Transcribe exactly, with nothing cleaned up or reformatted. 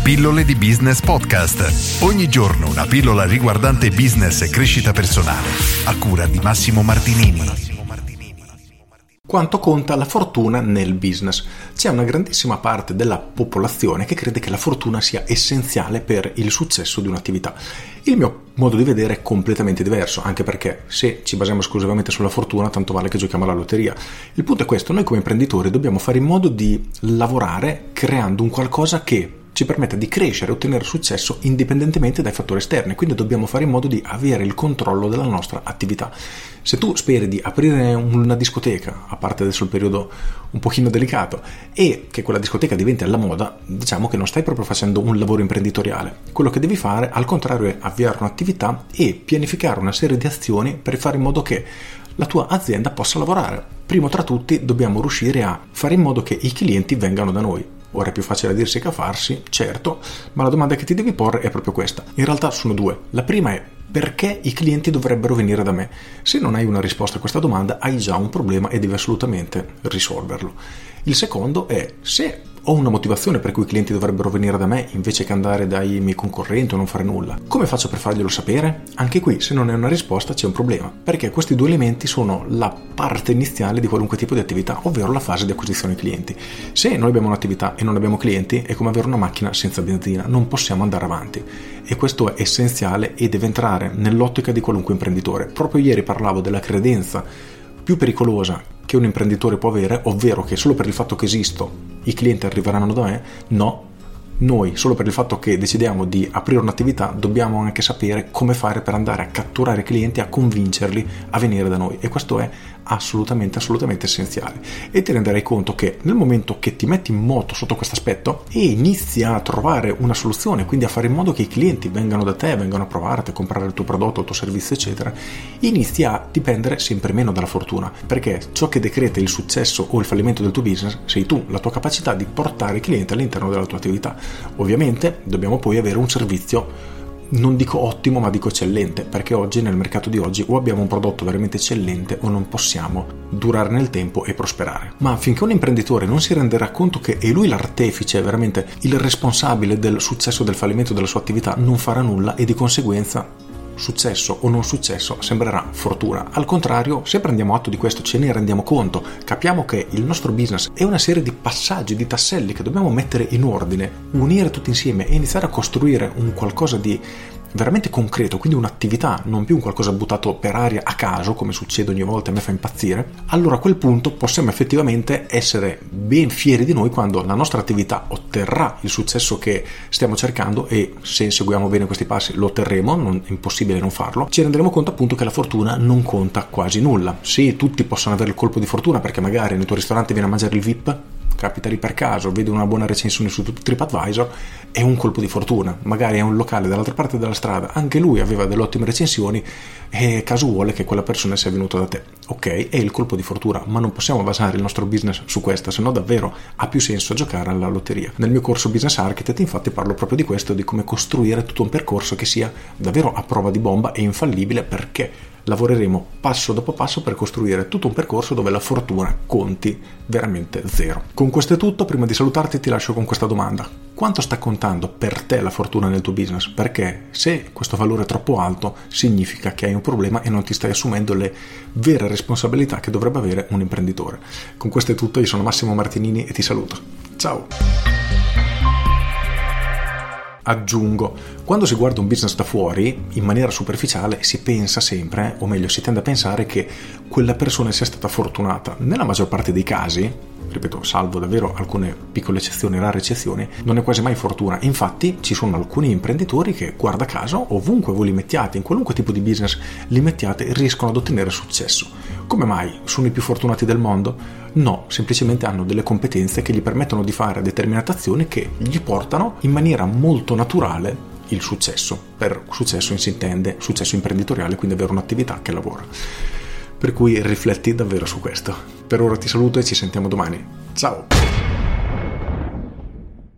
Pillole di Business Podcast. Ogni giorno una pillola riguardante business e crescita personale. A cura di Massimo Martinini. Quanto conta la fortuna nel business? C'è una grandissima parte della popolazione che crede che la fortuna sia essenziale per il successo di un'attività. Il mio modo di vedere è completamente diverso, anche perché se ci basiamo esclusivamente sulla fortuna, tanto vale che giochiamo alla lotteria. Il punto è questo: noi come imprenditori dobbiamo fare in modo di lavorare creando un qualcosa che ci permette di crescere e ottenere successo indipendentemente dai fattori esterni, quindi dobbiamo fare in modo di avere il controllo della nostra attività. Se tu speri di aprire una discoteca, a parte adesso il periodo un pochino delicato, e che quella discoteca diventi alla moda, diciamo che non stai proprio facendo un lavoro imprenditoriale. Quello che devi fare, al contrario, è avviare un'attività e pianificare una serie di azioni per fare in modo che la tua azienda possa lavorare. Primo tra tutti dobbiamo riuscire a fare in modo che i clienti vengano da noi. Ora è più facile a dirsi che a farsi, certo, ma la domanda che ti devi porre è proprio questa. In realtà sono due. La prima è: perché i clienti dovrebbero venire da me? Se non hai una risposta a questa domanda, hai già un problema e devi assolutamente risolverlo. Il secondo è: se ho una motivazione per cui i clienti dovrebbero venire da me invece che andare dai miei concorrenti o non fare nulla, come faccio per farglielo sapere? Anche qui, se non è una risposta, c'è un problema, perché questi due elementi sono la parte iniziale di qualunque tipo di attività, ovvero la fase di acquisizione clienti. Se noi abbiamo un'attività e non abbiamo clienti, è come avere una macchina senza benzina, non possiamo andare avanti, e questo è essenziale e deve entrare nell'ottica di qualunque imprenditore. Proprio ieri parlavo della credenza più pericolosa che un imprenditore può avere, ovvero che solo per il fatto che esisto i clienti arriveranno da me. No, noi solo per il fatto che decidiamo di aprire un'attività dobbiamo anche sapere come fare per andare a catturare clienti, a convincerli a venire da noi, e questo è assolutamente assolutamente essenziale. E ti renderai conto che nel momento che ti metti in moto sotto questo aspetto e inizi a trovare una soluzione, quindi a fare in modo che i clienti vengano da te, vengano a provarti, a comprare il tuo prodotto, il tuo servizio eccetera, inizi a dipendere sempre meno dalla fortuna, perché ciò che decreta il successo o il fallimento del tuo business sei tu, la tua capacità di portare i clienti all'interno della tua attività. Ovviamente dobbiamo poi avere un servizio, non dico ottimo ma dico eccellente, perché oggi nel mercato di oggi o abbiamo un prodotto veramente eccellente o non possiamo durare nel tempo e prosperare. Ma finché un imprenditore non si renderà conto che è lui l'artefice, veramente il responsabile del successo o del fallimento della sua attività, non farà nulla e di conseguenza successo o non successo sembrerà fortuna. Al contrario, se prendiamo atto di questo, ce ne rendiamo conto, capiamo che il nostro business è una serie di passaggi, di tasselli che dobbiamo mettere in ordine, unire tutti insieme e iniziare a costruire un qualcosa di veramente concreto, quindi un'attività, non più un qualcosa buttato per aria a caso, come succede ogni volta e mi fa impazzire. Allora a quel punto possiamo effettivamente essere ben fieri di noi quando la nostra attività otterrà il successo che stiamo cercando, e se seguiamo bene questi passi lo otterremo, non è impossibile non farlo. Ci renderemo conto appunto che la fortuna non conta quasi nulla. Sì, tutti possono avere il colpo di fortuna, perché magari nel tuo ristorante viene a mangiare il V I P, capita lì per caso, vedi una buona recensione su TripAdvisor, è un colpo di fortuna. Magari è un locale dall'altra parte della strada, anche lui aveva delle ottime recensioni e caso vuole che quella persona sia venuta da te. Ok, è il colpo di fortuna, ma non possiamo basare il nostro business su questa, se no davvero ha più senso giocare alla lotteria. Nel mio corso Business Architect infatti parlo proprio di questo, di come costruire tutto un percorso che sia davvero a prova di bomba e infallibile, perché lavoreremo passo dopo passo per costruire tutto un percorso dove la fortuna conti veramente zero. Con questo è tutto. Prima di salutarti ti lascio con questa domanda: quanto sta contando per te la fortuna nel tuo business? Perché se questo valore è troppo alto significa che hai un problema e non ti stai assumendo le vere responsabilità che dovrebbe avere un imprenditore. Con questo è tutto, io sono Massimo Martinini e ti saluto. Ciao! Aggiungo, quando si guarda un business da fuori, in maniera superficiale si pensa sempre, o meglio si tende a pensare, che quella persona sia stata fortunata. Nella maggior parte dei casi, ripeto, salvo davvero alcune piccole eccezioni, rare eccezioni, non è quasi mai fortuna. Infatti ci sono alcuni imprenditori che, guarda caso, ovunque voi li mettiate, in qualunque tipo di business li mettiate, riescono ad ottenere successo. Come mai? Sono i più fortunati del mondo? No, semplicemente hanno delle competenze che gli permettono di fare determinate azioni che gli portano in maniera molto naturale il successo. Per successo si intende successo imprenditoriale, quindi avere un'attività che lavora. Per cui rifletti davvero su questo. Per ora ti saluto e ci sentiamo domani. Ciao!